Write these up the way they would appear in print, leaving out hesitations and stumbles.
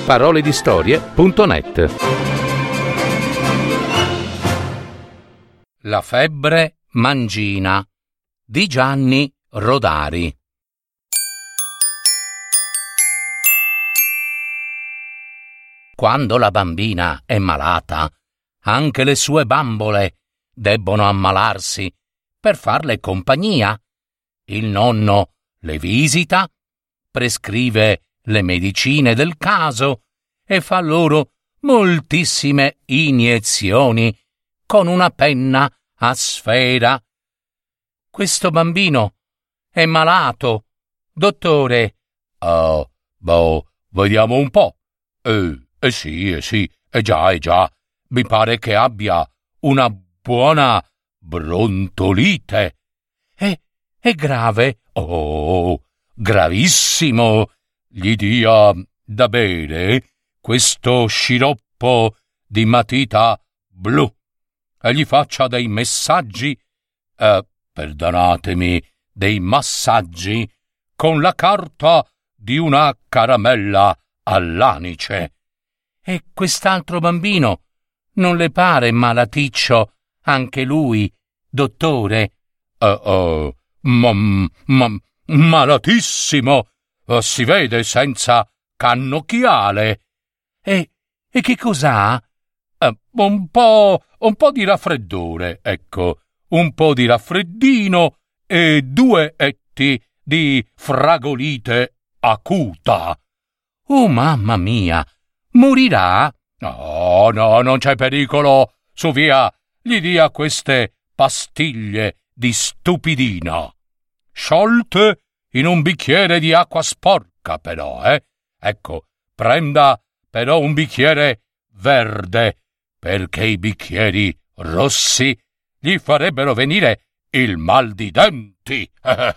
www.paroledistorie.net. La febbre mangina di Gianni Rodari. Quando la bambina è malata, anche le sue bambole debbono ammalarsi per farle compagnia. Il nonno le visita, prescrive le medicine del caso e fa loro moltissime iniezioni con una penna a sfera. Questo bambino è malato, dottore. Vediamo un po'. Sì, già. Mi pare che abbia una buona brontolite. È grave? Oh, gravissimo. Gli dia da bere questo sciroppo di matita blu e gli faccia dei messaggi, perdonatemi, dei massaggi con la carta di una caramella all'anice. E quest'altro bambino non le pare malaticcio anche lui, dottore? Malatissimo. Si vede senza cannocchiale. E che cos'ha? Un po' di raffreddore, ecco. Un po' di raffreddino e 2 etti di fragolite acuta. Oh, mamma mia! Morirà? No, non c'è pericolo. Su via, gli dia queste pastiglie di stupidina, sciolte in un bicchiere di acqua sporca, però, Ecco, prenda però un bicchiere verde, perché i bicchieri rossi gli farebbero venire il mal di denti.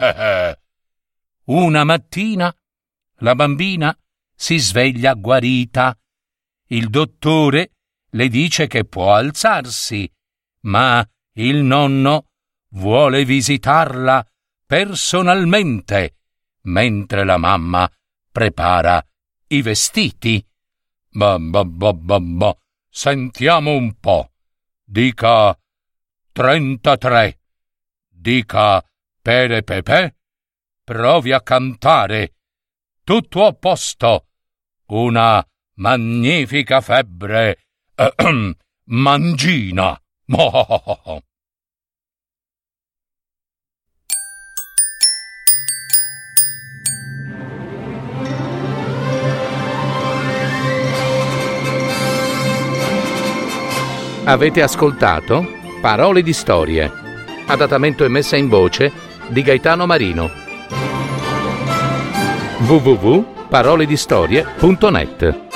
Una mattina la bambina si sveglia guarita. Il dottore le dice che può alzarsi, ma il nonno vuole visitarla personalmente, mentre la mamma prepara i vestiti. Ma, sentiamo un po'. Dica 33. Dica Pere Pepe. Provi a cantare. Tutto a posto. Una magnifica febbre mangina. Avete ascoltato Parole di Storie, adattamento e messa in voce di Gaetano Marino. www.paroledistorie.net